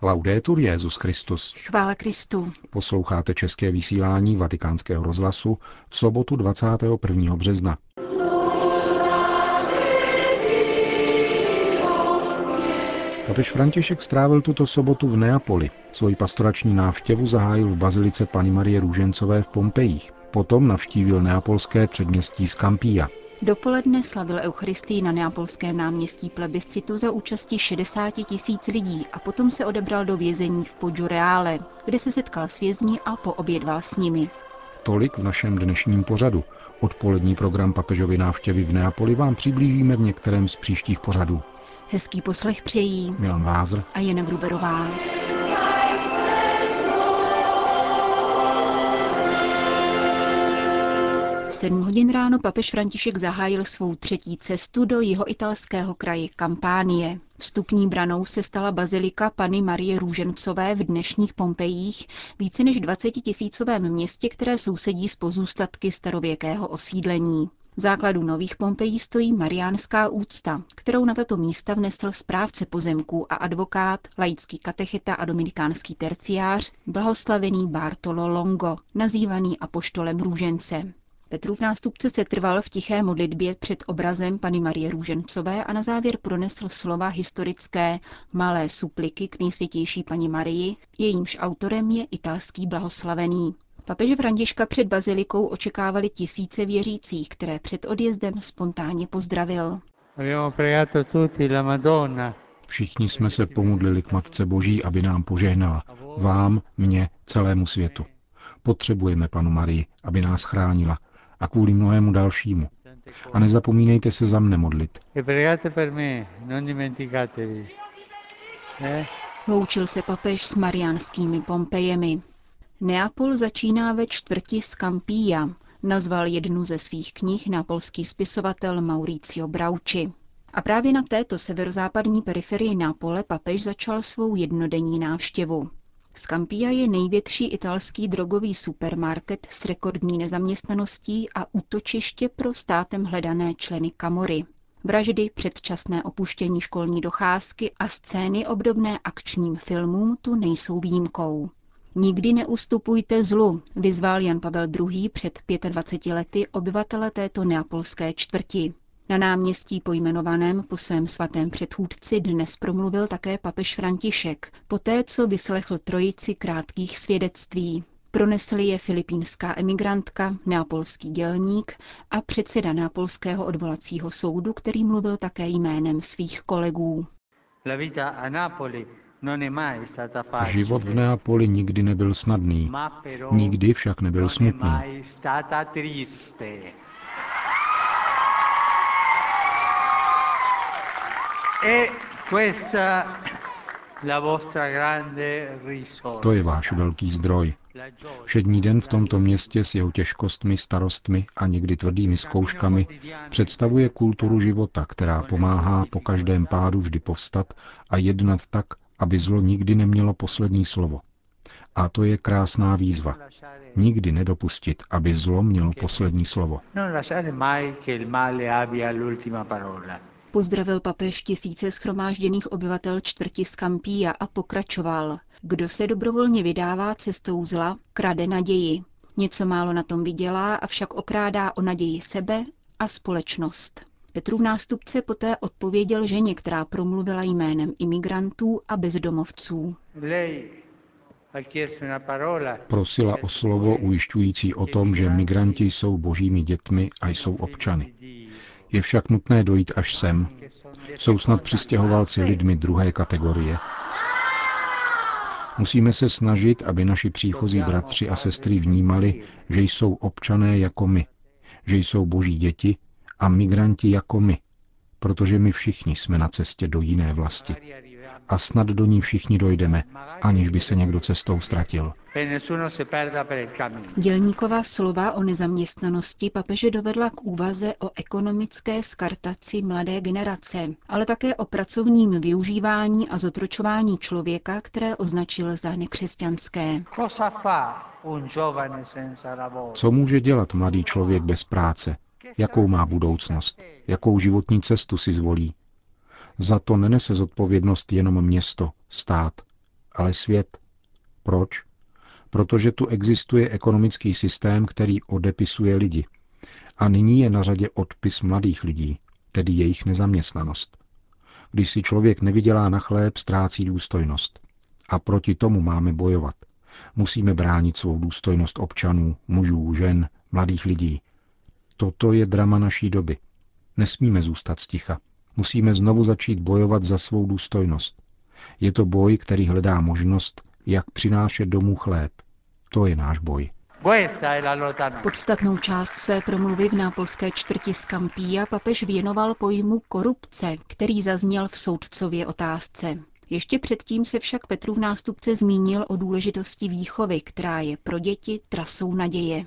Laudetur Jesus Christus. Chvála Kristu. Posloucháte české vysílání Vatikánského rozhlasu v sobotu 21. března. Papež František strávil tuto sobotu v Neapoli. Svoji pastorační návštěvu zahájil v bazilice Panny Marie Růžencové v Pompejích. Potom navštívil neapolské předměstí Scampia. Dopoledne slavil Eucharistii na neapolském náměstí Plebiscitu za účasti 60 000 lidí a potom se odebral do vězení v Poggioreale, kde se setkal s vězni a poobědval s nimi. Tolik v našem dnešním pořadu. Odpolední program papežovy návštěvy v Neapoli vám přiblížíme v některém z příštích pořadů. Hezký poslech přejí Milan Vázr a Jana Gruberová. V 7 hodin ráno papež František zahájil svou třetí cestu do jihoitalského kraje Kampánie. Vstupní branou se stala bazilika Panny Marie Růžencové v dnešních Pompejích, více než 20 000 městě, které sousedí s pozůstatky starověkého osídlení. V základu nových Pompejí stojí mariánská úcta, kterou na tato místa vnesl správce pozemků a advokát, laický katecheta a dominikánský terciář, blahoslavený Bartolo Longo, nazývaný apoštolem Růžence. Petrův nástupce se trval v tiché modlitbě před obrazem Panny Marie Růžencové a na závěr pronesl slova historické malé supliky k nejsvětější Panně Marii, jejímž autorem je italský blahoslavený. Papeže Františka před bazilikou očekávali tisíce věřících, které před odjezdem spontánně pozdravil. Všichni jsme se pomodlili k Matce Boží, aby nám požehnala. Vám, mně, celému světu. Potřebujeme Pannu Marii, aby nás chránila a kvůli mnohému dalšímu. A nezapomínejte se za mne modlit. Loučil se papež s mariánskými Pompejemi. Neapol začíná ve čtvrti Scampia, nazval jednu ze svých knih neapolský spisovatel Mauricio Brauchi. A právě na této severozápadní periferii Neapole papež začal svou jednodenní návštěvu. Scampia je největší italský drogový supermarket s rekordní nezaměstnaností a útočiště pro státem hledané členy Camorry. Vraždy, předčasné opuštění školní docházky a scény obdobné akčním filmům tu nejsou výjimkou. Nikdy neustupujte zlu, vyzval Jan Pavel II. Před 25 lety obyvatele této neapolské čtvrti. Na náměstí pojmenovaném po svém svatém předchůdci dnes promluvil také papež František, poté co vyslechl trojici krátkých svědectví. Pronesli je filipínská emigrantka, neapolský dělník a předseda neapolského odvolacího soudu, který mluvil také jménem svých kolegů. Život v Neapoli nikdy nebyl snadný, nikdy však nebyl smutný. To je váš velký zdroj. Všední den v tomto městě s jeho těžkostmi, starostmi a někdy tvrdými zkouškami představuje kulturu života, která pomáhá po každém pádu vždy povstat a jednat tak, aby zlo nikdy nemělo poslední slovo. A to je krásná výzva. Nikdy nedopustit, aby zlo mělo poslední slovo. Pozdravil papež tisíce shromážděných obyvatel čtvrti Scampia a pokračoval. Kdo se dobrovolně vydává cestou zla, krade naději. Něco málo na tom vydělá, avšak okrádá o naději sebe a společnost. Petrův nástupce poté odpověděl ženě, která promluvila jménem imigrantů a bezdomovců. Prosila o slovo ujišťující o tom, že migranti jsou božími dětmi a jsou občany. Je však nutné dojít až sem. Jsou snad přistěhovalci lidmi druhé kategorie. Musíme se snažit, aby naši příchozí bratři a sestry vnímali, že jsou občané jako my, že jsou boží děti a migranti jako my, protože my všichni jsme na cestě do jiné vlasti. A snad do ní všichni dojdeme, aniž by se někdo cestou ztratil. Dělníková slova o nezaměstnanosti papeže dovedla k úvaze o ekonomické skartaci mladé generace, ale také o pracovním využívání a zotročování člověka, které označil za nekřesťanské. Co může dělat mladý člověk bez práce? Jakou má budoucnost? Jakou životní cestu si zvolí? Za to nenese zodpovědnost jenom město, stát. ale svět. Proč? Protože tu existuje ekonomický systém, který odepisuje lidi. A nyní je na řadě odpis mladých lidí, tedy jejich nezaměstnanost. Když si člověk nevydělá na chléb, ztrácí důstojnost. A proti tomu máme bojovat. Musíme bránit svou důstojnost občanů, mužů, žen, mladých lidí. Toto je drama naší doby. Nesmíme zůstat sticha. Musíme znovu začít bojovat za svou důstojnost. Je to boj, který hledá možnost, jak přinášet domů chléb. To je náš boj. Podstatnou část své promluvy v nápolské čtvrti Scampia papež věnoval pojmu korupce, který zazněl v soudcově otázce. Ještě předtím se však Petrův nástupce zmínil o důležitosti výchovy, která je pro děti trasou naděje.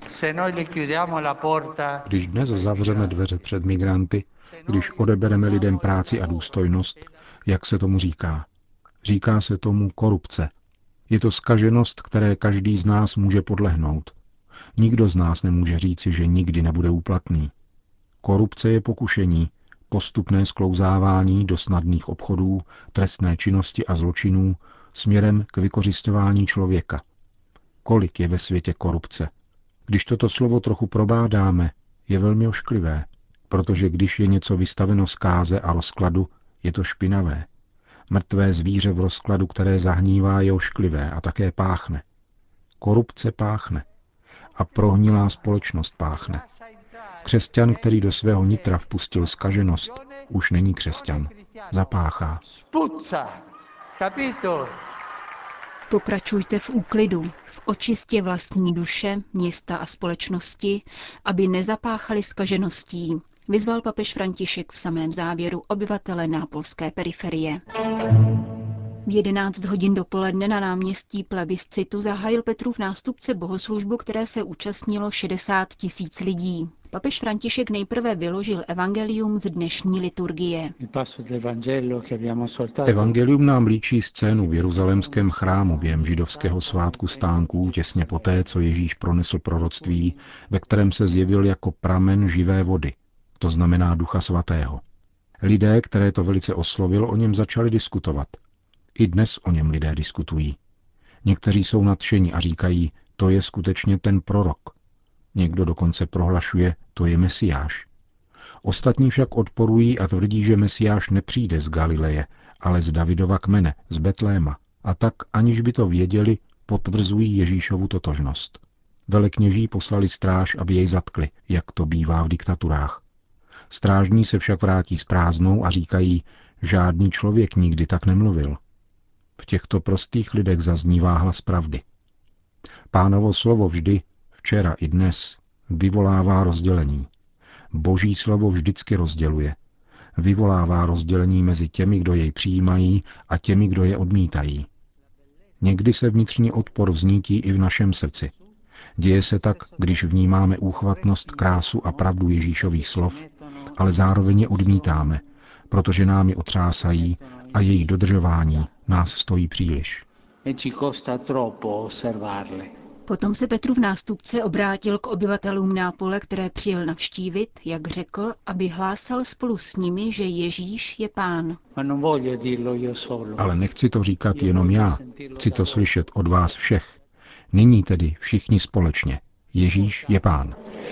Když dnes zavřeme dveře před migranty, když odebereme lidem práci a důstojnost, jak se tomu říká? Říká se tomu korupce. Je to zkaženost, které každý z nás může podlehnout. Nikdo z nás nemůže říci, že nikdy nebude úplatný. Korupce je pokušení, postupné sklouzávání do snadných obchodů, trestné činnosti a zločinů směrem k vykořisťování člověka. Kolik je ve světě korupce? Když toto slovo trochu probádáme, je velmi ošklivé, protože když je něco vystaveno zkáze a rozkladu, je to špinavé. Mrtvé zvíře v rozkladu, které zahnívá, je ošklivé a také páchne. Korupce páchne. A prohnilá společnost páchne. Křesťan, který do svého nitra vpustil zkaženost, už není křesťan. Zapáchá. Pokračujte v úklidu, v očistě vlastní duše, města a společnosti, aby nezapáchali zkažeností, vyzval papež František v samém závěru obyvatele nápolské periferie. V 11 hodin dopoledne na náměstí Plebiscitu zahájil Petrův nástupce bohoslužbu, které se účastnilo 60 000 lidí. Papež František nejprve vyložil evangelium z dnešní liturgie. Evangelium nám líčí scénu v jeruzalémském chrámu během židovského svátku stánků těsně poté, co Ježíš pronesl proroctví, ve kterém se zjevil jako pramen živé vody, to znamená Ducha Svatého. Lidé, které to velice oslovil, o něm začali diskutovat. I dnes o něm lidé diskutují. Někteří jsou nadšeni a říkají, to je skutečně ten prorok. Někdo dokonce prohlašuje, to je Mesiáš. Ostatní však odporují a tvrdí, že Mesiáš nepřijde z Galileje, ale z Davidova kmene, z Betléma. A tak, aniž by to věděli, potvrzují Ježíšovu totožnost. Velekněží poslali stráž, aby jej zatkli, jak to bývá v diktaturách. Strážní se však vrátí s prázdnou a říkají, žádný člověk nikdy tak nemluvil. V těchto prostých lidech zaznívá hlas pravdy. Pánovo slovo vždy, včera i dnes, vyvolává rozdělení. Boží slovo vždycky rozděluje. Vyvolává rozdělení mezi těmi, kdo jej přijímají, a těmi, kdo je odmítají. Někdy se vnitřní odpor vznítí i v našem srdci. Děje se tak, když vnímáme úchvatnost, krásu a pravdu Ježíšových slov, ale zároveň je odmítáme, protože nám je otřásají a jejich dodržování nás stojí příliš. Potom se Petrův nástupce obrátil k obyvatelům Nápole, které přijel navštívit, jak řekl, aby hlásal spolu s nimi, že Ježíš je Pán. Ale nechci to říkat jenom já, chci to slyšet od vás všech. Nyní tedy všichni společně. Ježíš je Pán.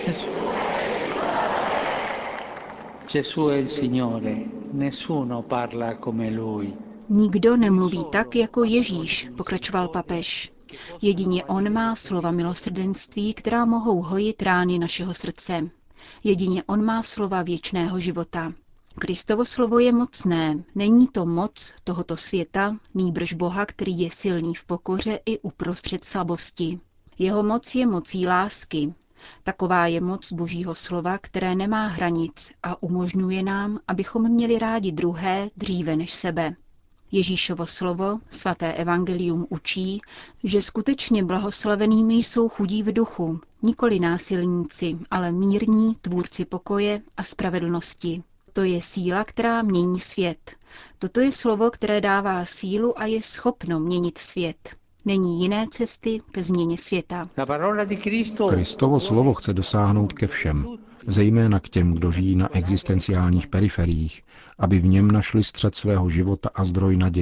Nikdo nemluví tak, jako Ježíš, pokračoval papež. Jedině on má slova milosrdenství, která mohou hojit rány našeho srdce. Jedině on má slova věčného života. Kristovo slovo je mocné, není to moc tohoto světa, nýbrž Boha, který je silný v pokoře i uprostřed slabosti. Jeho moc je mocí lásky. Taková je moc Božího slova, které nemá hranic a umožňuje nám, abychom měli rádi druhé dříve než sebe. Ježíšovo slovo, svaté evangelium učí, že skutečně blahoslavenými jsou chudí v duchu, nikoli násilníci, ale mírní tvůrci pokoje a spravedlnosti. To je síla, která mění svět. Toto je slovo, které dává sílu a je schopno měnit svět. Není jiné cesty ke změně světa. Kristovo slovo chce dosáhnout ke všem, zejména k těm, kdo žijí na existenciálních periferiích, aby v něm našli střed svého života a zdroj naděje.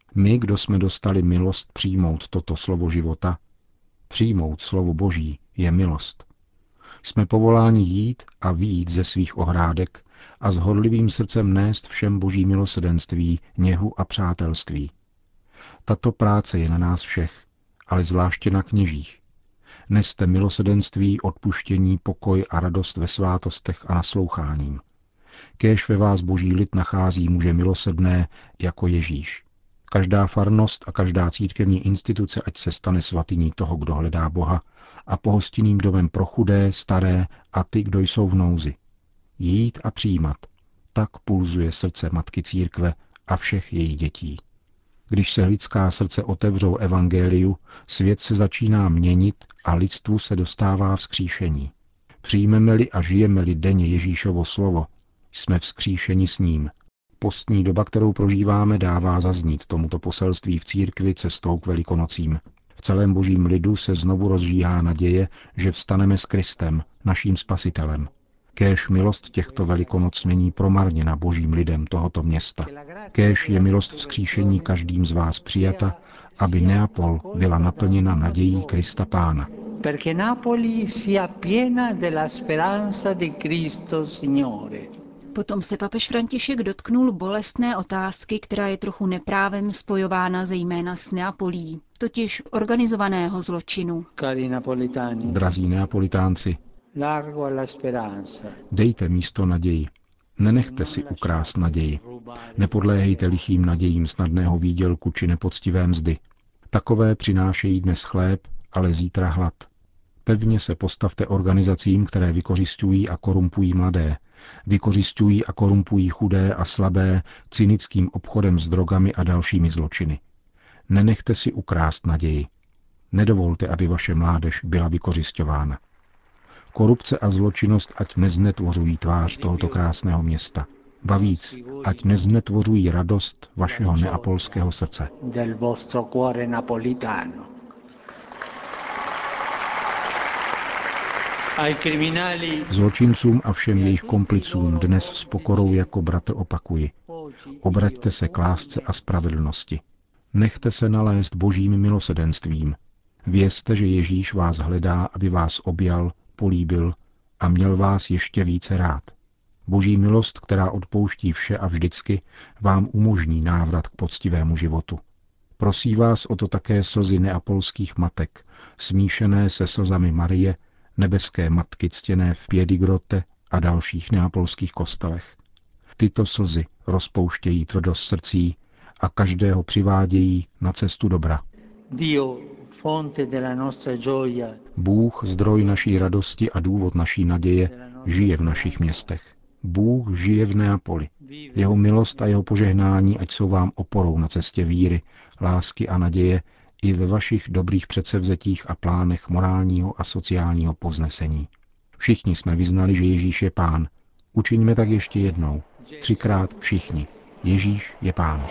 My, kdo jsme dostali milost přijmout toto slovo života, přijmout slovo Boží je milost. Jsme povoláni jít a vyjít ze svých ohrádek a s horlivým srdcem nést všem Boží milosrdenství, něhu a přátelství. Tato práce je na nás všech, ale zvláště na kněžích. Neste milosrdenství, odpuštění, pokoj a radost ve svátostech a nasloucháním. Kéž ve vás Boží lid nachází muže milosrdné jako Ježíš. Každá farnost a každá církevní instituce ať se stane svatyní toho, kdo hledá Boha, a pohostinným domem pro chudé, staré a ty, kdo jsou v nouzi. Jít a přijímat. Tak pulzuje srdce Matky Církve a všech jejich dětí. Když se lidská srdce otevřou evangeliu, svět se začíná měnit a lidstvu se dostává vzkříšení. Přijmeme-li a žijeme-li denně Ježíšovo slovo, jsme vzkříšeni s ním. Postní doba, kterou prožíváme, dává zaznít tomuto poselství v církvi cestou k Velikonocím. V celém božím lidu se znovu rozžíhá naděje, že vstaneme s Kristem, naším spasitelem. Kéž milost těchto Velikonoc není promarněna božím lidem tohoto města. Kéž je milost vzkříšení každým z vás přijata, aby Neapol byla naplněna nadějí Krista Pána. Perché Napoli sia piena della speranza di Cristo Signore. Potom se papež František dotknul bolestné otázky, která je trochu neprávem spojována zejména s Neapolí, totiž organizovaného zločinu. Drazí Neapolitánci, dejte místo naději. Nenechte si ukrást naději. Nepodléhejte lichým nadějím snadného výdělku či nepoctivé mzdy. Takové přinášejí dnes chléb, ale zítra hlad. Pevně se postavte organizacím, které vykořisťují a korumpují mladé. Vykořisťují a korumpují chudé a slabé cynickým obchodem s drogami a dalšími zločiny. Nenechte si ukrást naději. Nedovolte, aby vaše mládež byla vykořisťována. Korupce a zločinnost ať neznetvořují tvář tohoto krásného města. Ba víc, ať neznetvořují radost vašeho neapolského srdce. Zločincům a všem jejich komplicům dnes s pokorou jako bratr opakuji. Obraťte se k lásce a spravedlnosti. Nechte se nalézt božím milosrdenstvím. Vězte, že Ježíš vás hledá, aby vás objal, políbil a měl vás ještě více rád. Boží milost, která odpouští vše a vždycky, vám umožní návrat k poctivému životu. Prosí vás o to také slzy neapolských matek, smíšené se slzami Marie, nebeské matky ctěné v Piedigrotte a dalších neapolských kostelech. Tyto slzy rozpouštějí tvrdost srdcí a každého přivádějí na cestu dobra. Bůh, zdroj naší radosti a důvod naší naděje, žije v našich městech. Bůh žije v Neapoli. Jeho milost a jeho požehnání ať jsou vám oporou na cestě víry, lásky a naděje i ve vašich dobrých předsevzetích a plánech morálního a sociálního povznesení. Všichni jsme vyznali, že Ježíš je Pán. Učiňme tak ještě jednou. 3krát všichni. Ježíš je Pán.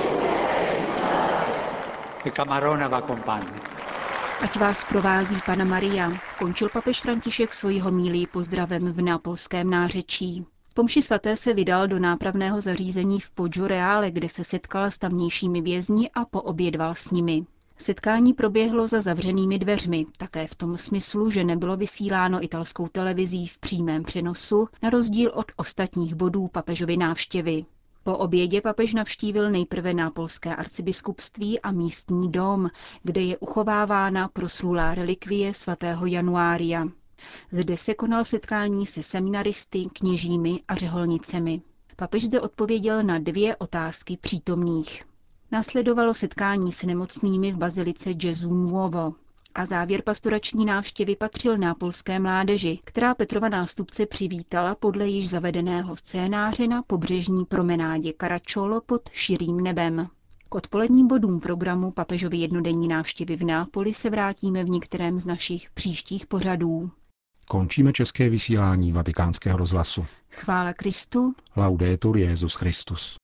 Ať vás provází Panna Maria, končil papež František svoji homílii pozdravem v neapolském nářečí. Po mši svaté se vydal do nápravného zařízení v Poggio Reale, kde se setkal s tamnějšími vězni a poobědval s nimi. Setkání proběhlo za zavřenými dveřmi, také v tom smyslu, že nebylo vysíláno italskou televizí v přímém přenosu, na rozdíl od ostatních bodů papežovy návštěvy. Po obědě papež navštívil nejprve nápolské arcibiskupství a místní dom, kde je uchovávána proslulá relikvie svatého Januária. Zde se konal setkání se seminaristy, kněžími a řeholnicemi. Papež zde odpověděl na 2 otázky přítomných. Následovalo setkání s nemocnými v bazilice Gesù Nuovo a závěr pastorační návštěvy patřil nápolské mládeži, která Petrova nástupce přivítala podle již zavedeného scénáře na pobřežní promenádě Caracciolo pod širým nebem. K odpoledním bodům programu papežovy jednodenní návštěvy v Neapoli se vrátíme v některém z našich příštích pořadů. Končíme české vysílání Vatikánského rozhlasu. Chvála Kristu. Laudetur Jesus Christus.